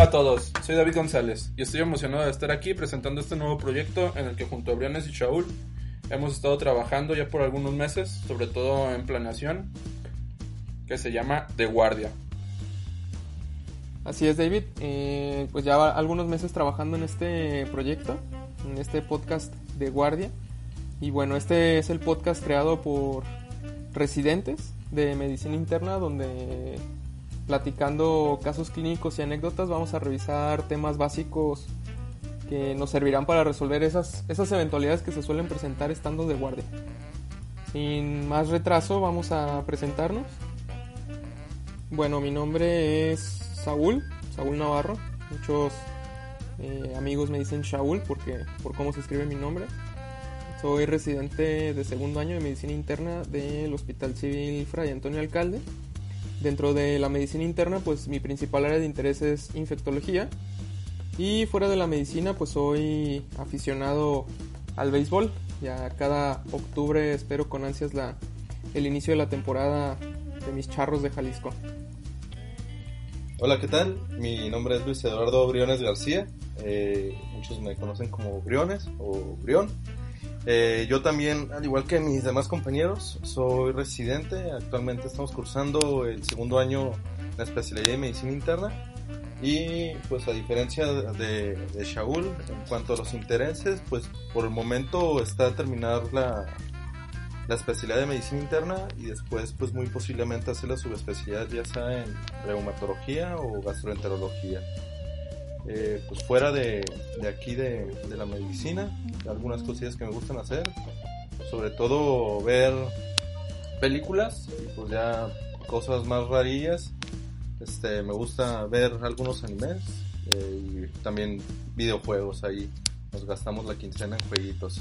a todos, soy David González y estoy emocionado de estar aquí presentando este nuevo proyecto en el que junto a Briones y Shaul hemos estado trabajando ya por algunos meses, sobre todo en planeación, que se llama The Guardia. Así es, David, pues ya algunos meses trabajando en este proyecto, en este podcast The Guardia. Y bueno, este es el podcast creado por residentes de medicina interna, donde platicando casos clínicos y anécdotas vamos a revisar temas básicos que nos servirán para resolver esas eventualidades que se suelen presentar estando de guardia. Sin más retraso, vamos a presentarnos. Bueno, mi nombre es Saúl Navarro. Muchos amigos me dicen Shaul por cómo se escribe mi nombre. Soy residente de segundo año de medicina interna del Hospital Civil Fray Antonio Alcalde. Dentro de la medicina interna, pues mi principal área de interés es infectología. Y fuera de la medicina, pues soy aficionado al béisbol. Ya cada octubre espero con ansias el inicio de la temporada de mis Charros de Jalisco. Hola, ¿qué tal? Mi nombre es Luis Eduardo Briones García. Muchos me conocen como Briones o Brión. Yo también, al igual que mis demás compañeros, soy residente. Actualmente estamos cursando el segundo año la especialidad de medicina interna. Y pues a diferencia de Shaul, en cuanto a los intereses, pues por el momento está a terminar la especialidad de medicina interna y después pues muy posiblemente hacer la subespecialidad ya sea en reumatología o gastroenterología. Pues fuera de aquí de la medicina, algunas cosillas que me gustan hacer, sobre todo ver películas y pues ya cosas más rarillas. Me gusta ver algunos animes y también videojuegos. Ahí nos gastamos la quincena en jueguitos.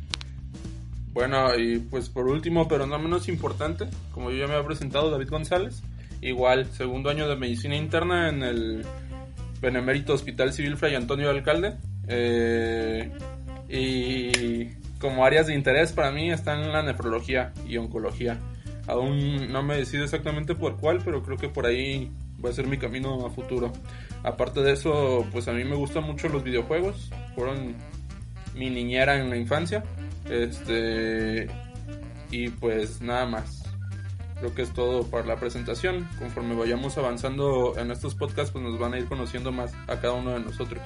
Bueno, y pues por último, pero no menos importante, como yo ya me había presentado, David González, igual, segundo año de medicina interna en el Benemérito Hospital Civil Fray Antonio Alcalde. Y como áreas de interés para mí están la nefrología y oncología. Aún no me decido exactamente por cuál, pero creo que por ahí va a ser mi camino a futuro. Aparte de eso, pues a mí me gustan mucho los videojuegos. Fueron mi niñera en la infancia. Y pues nada más. Creo que es todo para la presentación. Conforme vayamos avanzando en estos podcasts, pues nos van a ir conociendo más a cada uno de nosotros.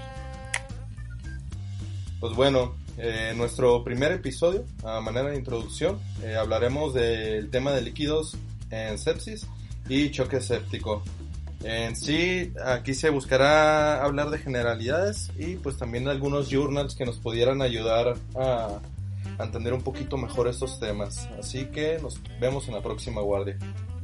Pues bueno, en nuestro primer episodio, a manera de introducción, hablaremos del tema de líquidos en sepsis y choque séptico. En sí, aquí se buscará hablar de generalidades y pues también de algunos journals que nos pudieran ayudar a entender un poquito mejor estos temas. Así que nos vemos en la próxima guardia.